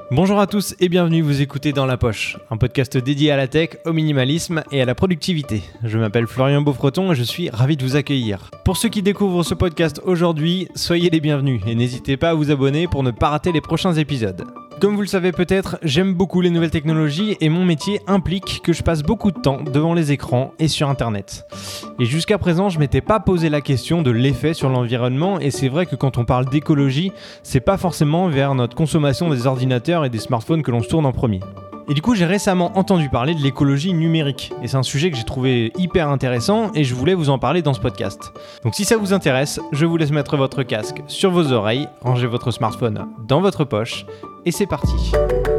Bonjour à tous et bienvenue, vous écoutez Dans la Poche, un podcast dédié à la tech, au minimalisme et à la productivité. Je m'appelle Florian Beaufreton et je suis ravi de vous accueillir. Pour ceux qui découvrent ce podcast aujourd'hui, soyez les bienvenus et n'hésitez pas à vous abonner pour ne pas rater les prochains épisodes. Comme vous le savez peut-être, j'aime beaucoup les nouvelles technologies et mon métier implique que je passe beaucoup de temps devant les écrans et sur internet. Et jusqu'à présent, je m'étais pas posé la question de l'effet sur l'environnement et c'est vrai que quand on parle d'écologie, c'est pas forcément vers notre consommation des ordinateurs et des smartphones que l'on se tourne en premier. Et du coup, j'ai récemment entendu parler de l'écologie numérique. Et c'est un sujet que j'ai trouvé hyper intéressant et je voulais vous en parler dans ce podcast. Donc si ça vous intéresse, je vous laisse mettre votre casque sur vos oreilles, ranger votre smartphone dans votre poche et c'est parti.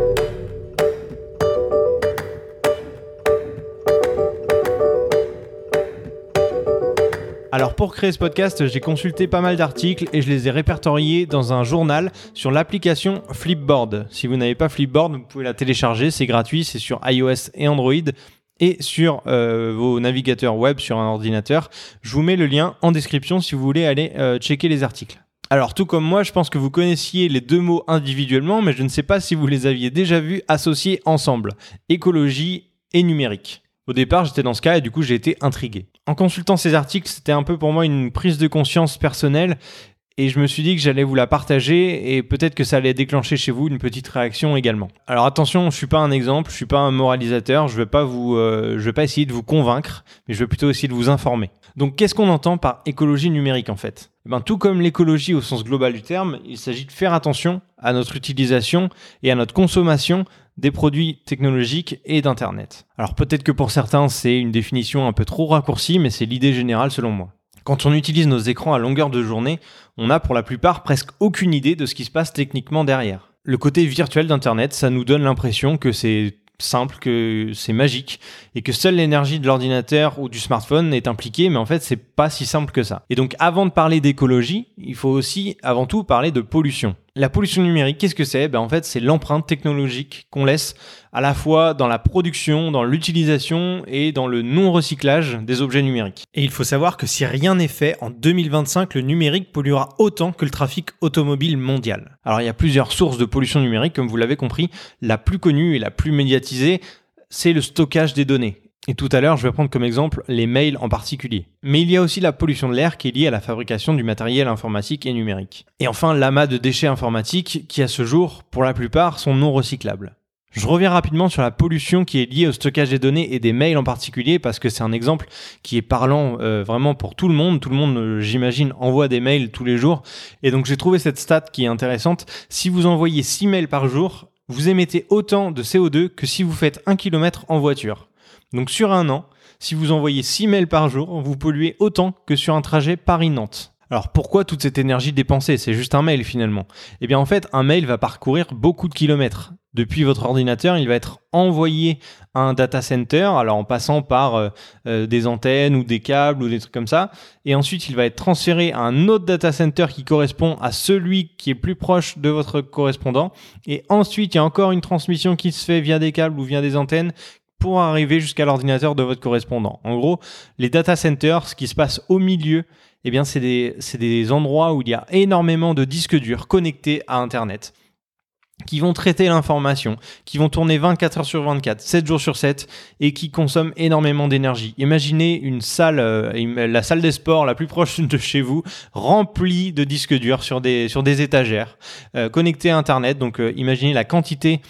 Alors pour créer ce podcast, j'ai consulté pas mal d'articles et je les ai répertoriés dans un journal sur l'application Flipboard. Si vous n'avez pas Flipboard, vous pouvez la télécharger, c'est gratuit, c'est sur iOS et Android et sur vos navigateurs web sur un ordinateur. Je vous mets le lien en description si vous voulez aller checker les articles. Alors tout comme moi, je pense que vous connaissiez les deux mots individuellement, mais je ne sais pas si vous les aviez déjà vus associés ensemble, écologie et numérique. Au départ, j'étais dans ce cas et du coup, j'ai été intrigué. En consultant ces articles, c'était un peu pour moi une prise de conscience personnelle et je me suis dit que j'allais vous la partager et peut-être que ça allait déclencher chez vous une petite réaction également. Alors attention, je suis pas un exemple, je suis pas un moralisateur, je vais pas essayer de vous convaincre, mais je vais plutôt essayer de vous informer. Donc qu'est-ce qu'on entend par écologie numérique en fait ? Tout comme l'écologie au sens global du terme, il s'agit de faire attention à notre utilisation et à notre consommation des produits technologiques et d'Internet. Alors peut-être que pour certains, c'est une définition un peu trop raccourcie, mais c'est l'idée générale selon moi. Quand on utilise nos écrans à longueur de journée, on n'a pour la plupart presque aucune idée de ce qui se passe techniquement derrière. Le côté virtuel d'Internet, ça nous donne l'impression que c'est simple, que c'est magique et que seule l'énergie de l'ordinateur ou du smartphone est impliquée, mais en fait c'est pas si simple que ça. Et donc avant de parler d'écologie, il faut aussi avant tout parler de pollution. La pollution numérique, qu'est-ce que c'est ? En fait c'est l'empreinte technologique qu'on laisse à la fois dans la production, dans l'utilisation et dans le non-recyclage des objets numériques. Et il faut savoir que si rien n'est fait, en 2025, le numérique polluera autant que le trafic automobile mondial. Alors il y a plusieurs sources de pollution numérique, comme vous l'avez compris. La plus connue et la plus médiatisée, c'est le stockage des données. Et tout à l'heure, je vais prendre comme exemple les mails en particulier. Mais il y a aussi la pollution de l'air qui est liée à la fabrication du matériel informatique et numérique. Et enfin, l'amas de déchets informatiques qui, à ce jour, pour la plupart, sont non recyclables. Je reviens rapidement sur la pollution qui est liée au stockage des données et des mails en particulier parce que c'est un exemple qui est parlant vraiment pour tout le monde. Tout le monde, j'imagine, envoie des mails tous les jours. Et donc, j'ai trouvé cette stat qui est intéressante. Si vous envoyez 6 mails par jour, vous émettez autant de CO2 que si vous faites 1 km en voiture. Donc sur un an, si vous envoyez 6 mails par jour, vous polluez autant que sur un trajet Paris-Nantes. Alors pourquoi toute cette énergie dépensée ? C'est juste un mail finalement. Eh bien en fait, un mail va parcourir beaucoup de kilomètres. Depuis votre ordinateur, il va être envoyé à un data center, alors en passant par des antennes ou des câbles ou des trucs comme ça. Et ensuite, il va être transféré à un autre data center qui correspond à celui qui est plus proche de votre correspondant. Et ensuite, il y a encore une transmission qui se fait via des câbles ou via des antennes pour arriver jusqu'à l'ordinateur de votre correspondant. En gros, les data centers, ce qui se passe au milieu, eh bien, c'est des endroits où il y a énormément de disques durs connectés à Internet qui vont traiter l'information, qui vont tourner 24 heures sur 24, 7 jours sur 7 et qui consomment énormément d'énergie. Imaginez une salle, la salle des sports la plus proche de chez vous, remplie de disques durs sur des étagères, connectés à Internet. Donc, imaginez la quantité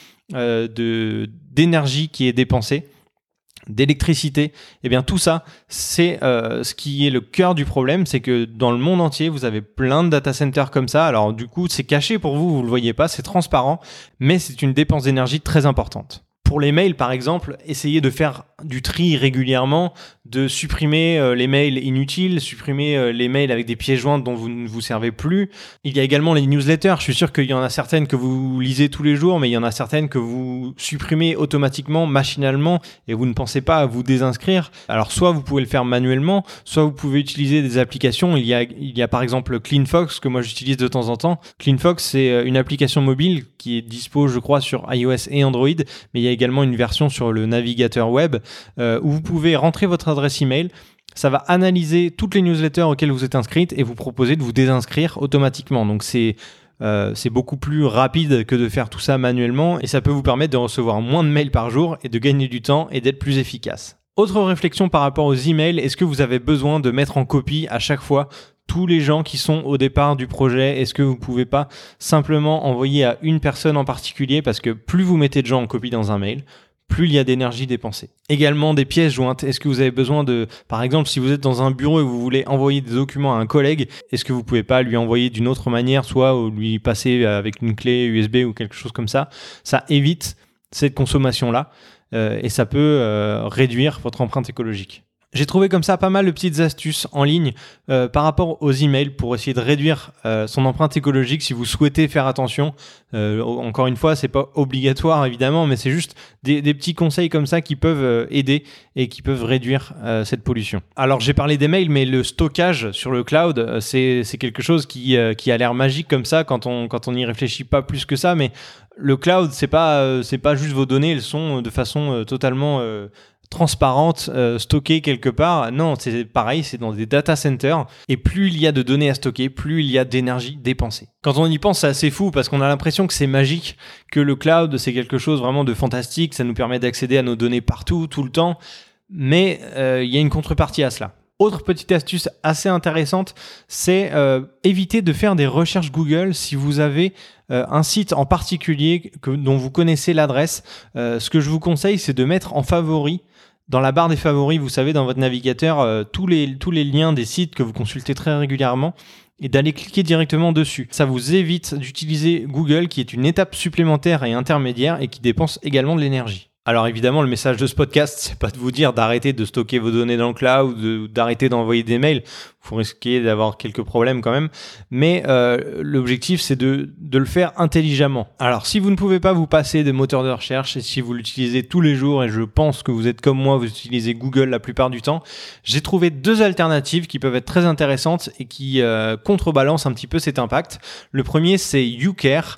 d'énergie qui est dépensée, d'électricité. Et bien tout ça, c'est ce qui est le cœur du problème, c'est que dans le monde entier, vous avez plein de data centers comme ça. Alors du coup, c'est caché pour vous, vous le voyez pas, c'est transparent, mais c'est une dépense d'énergie très importante. Pour les mails, par exemple, essayez de faire du tri régulièrement, de supprimer les mails inutiles, supprimer les mails avec des pièces jointes dont vous ne vous servez plus. Il y a également les newsletters. Je suis sûr qu'il y en a certaines que vous lisez tous les jours, mais il y en a certaines que vous supprimez automatiquement, machinalement, et vous ne pensez pas à vous désinscrire. Alors, soit vous pouvez le faire manuellement, soit vous pouvez utiliser des applications. Il y a par exemple CleanFox, que moi j'utilise de temps en temps. CleanFox, c'est une application mobile qui est dispo, je crois, sur iOS et Android, mais il y a également une version sur le navigateur web où vous pouvez rentrer votre adresse email. Ça va analyser toutes les newsletters auxquelles vous êtes inscrite et vous proposer de vous désinscrire automatiquement. Donc c'est c'est beaucoup plus rapide que de faire tout ça manuellement et ça peut vous permettre de recevoir moins de mails par jour et de gagner du temps et d'être plus efficace. Autre réflexion par rapport aux emails, est-ce que vous avez besoin de mettre en copie à chaque fois tous les gens qui sont au départ du projet? Est-ce que vous pouvez pas simplement envoyer à une personne en particulier, parce que plus vous mettez de gens en copie dans un mail, plus il y a d'énergie dépensée. Également des pièces jointes. Est-ce que vous avez besoin de, par exemple, si vous êtes dans un bureau et vous voulez envoyer des documents à un collègue, est-ce que vous pouvez pas lui envoyer d'une autre manière, soit lui passer avec une clé USB ou quelque chose comme ça? Ça évite cette consommation-là et ça peut réduire votre empreinte écologique. J'ai trouvé comme ça pas mal de petites astuces en ligne par rapport aux emails pour essayer de réduire son empreinte écologique si vous souhaitez faire attention. Encore une fois, c'est pas obligatoire évidemment, mais c'est juste des petits conseils comme ça qui peuvent aider et qui peuvent réduire cette pollution. Alors j'ai parlé des mails, mais le stockage sur le cloud, c'est quelque chose qui a l'air magique comme ça quand on n'y réfléchit pas plus que ça. Mais le cloud, c'est pas juste vos données, elles sont de façon totalement transparente, stockée quelque part. Non, c'est pareil, c'est dans des data centers. Et plus il y a de données à stocker, plus il y a d'énergie dépensée. Quand on y pense, c'est assez fou parce qu'on a l'impression que c'est magique, que le cloud, c'est quelque chose vraiment de fantastique. Ça nous permet d'accéder à nos données partout, tout le temps. Mais il y a une contrepartie à cela. Autre petite astuce assez intéressante, c'est éviter de faire des recherches Google si vous avez un site en particulier dont vous connaissez l'adresse. Ce que je vous conseille, c'est de mettre en favori, dans la barre des favoris, vous savez, dans votre navigateur, tous les liens des sites que vous consultez très régulièrement et d'aller cliquer directement dessus. Ça vous évite d'utiliser Google, qui est une étape supplémentaire et intermédiaire et qui dépense également de l'énergie. Alors évidemment, le message de ce podcast, c'est pas de vous dire d'arrêter de stocker vos données dans le cloud ou d'arrêter d'envoyer des mails. Vous risquez d'avoir quelques problèmes quand même. Mais l'objectif, c'est de le faire intelligemment. Alors si vous ne pouvez pas vous passer des moteurs de recherche et si vous l'utilisez tous les jours, et je pense que vous êtes comme moi, vous utilisez Google la plupart du temps, j'ai trouvé 2 alternatives qui peuvent être très intéressantes et qui contrebalancent un petit peu cet impact. Le premier, c'est YouCare.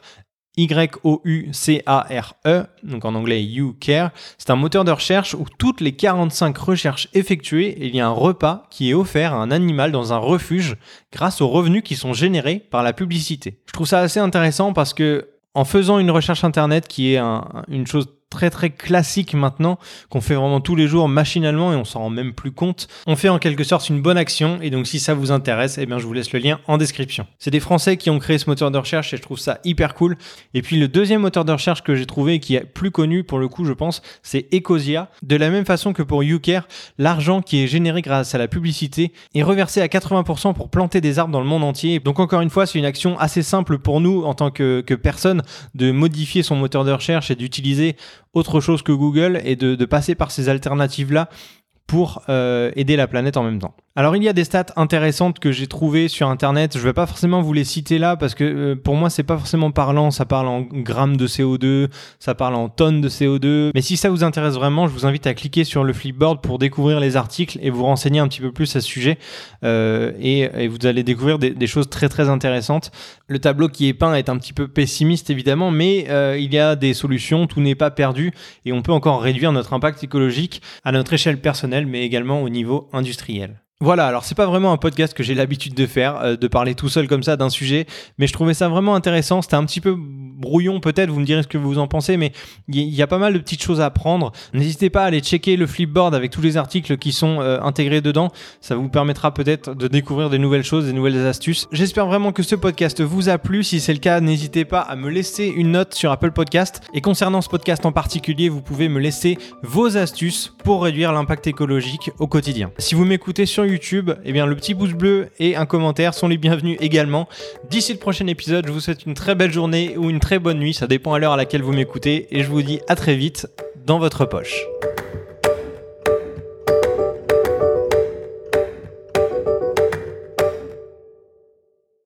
Y-O-U-C-A-R-E, donc en anglais YouCare. C'est un moteur de recherche où toutes les 45 recherches effectuées, il y a un repas qui est offert à un animal dans un refuge grâce aux revenus qui sont générés par la publicité. Je trouve ça assez intéressant parce que en faisant une recherche internet qui est une chose très très classique maintenant, qu'on fait vraiment tous les jours machinalement et on s'en rend même plus compte, on fait en quelque sorte une bonne action. Et donc si ça vous intéresse, eh bien je vous laisse le lien en description. C'est des Français qui ont créé ce moteur de recherche et je trouve ça hyper cool. Et puis le deuxième moteur de recherche que j'ai trouvé et qui est plus connu pour le coup, je pense, c'est Ecosia. De la même façon que pour YouCare, l'argent qui est généré grâce à la publicité est reversé à 80% pour planter des arbres dans le monde entier. Donc encore une fois, c'est une action assez simple pour nous en tant que personne de modifier son moteur de recherche et d'utiliser autre chose que Google et de passer par ces alternatives-là pour aider la planète en même temps. Alors il y a des stats intéressantes que j'ai trouvées sur internet, je vais pas forcément vous les citer là parce que pour moi c'est pas forcément parlant, ça parle en grammes de CO2, ça parle en tonnes de CO2, mais si ça vous intéresse vraiment, je vous invite à cliquer sur le Flipboard pour découvrir les articles et vous renseigner un petit peu plus à ce sujet et vous allez découvrir des choses très très intéressantes. Le tableau qui est peint est un petit peu pessimiste évidemment, mais il y a des solutions, tout n'est pas perdu et on peut encore réduire notre impact écologique à notre échelle personnelle mais également au niveau industriel. Voilà, alors c'est pas vraiment un podcast que j'ai l'habitude de faire, de parler tout seul comme ça d'un sujet, mais je trouvais ça vraiment intéressant. C'était un petit peu brouillon peut-être, vous me direz ce que vous en pensez, mais il y a pas mal de petites choses à apprendre. N'hésitez pas à aller checker le Flipboard avec tous les articles qui sont intégrés dedans. Ça vous permettra peut-être de découvrir des nouvelles choses, des nouvelles astuces. J'espère vraiment que ce podcast vous a plu. Si c'est le cas, n'hésitez pas à me laisser une note sur Apple Podcast. Et concernant ce podcast en particulier, vous pouvez me laisser vos astuces pour réduire l'impact écologique au quotidien. Si vous m'écoutez sur YouTube, eh bien le petit pouce bleu et un commentaire sont les bienvenus également. D'ici le prochain épisode, je vous souhaite une très belle journée ou une très bonne nuit, ça dépend à l'heure à laquelle vous m'écoutez, et je vous dis à très vite dans votre poche.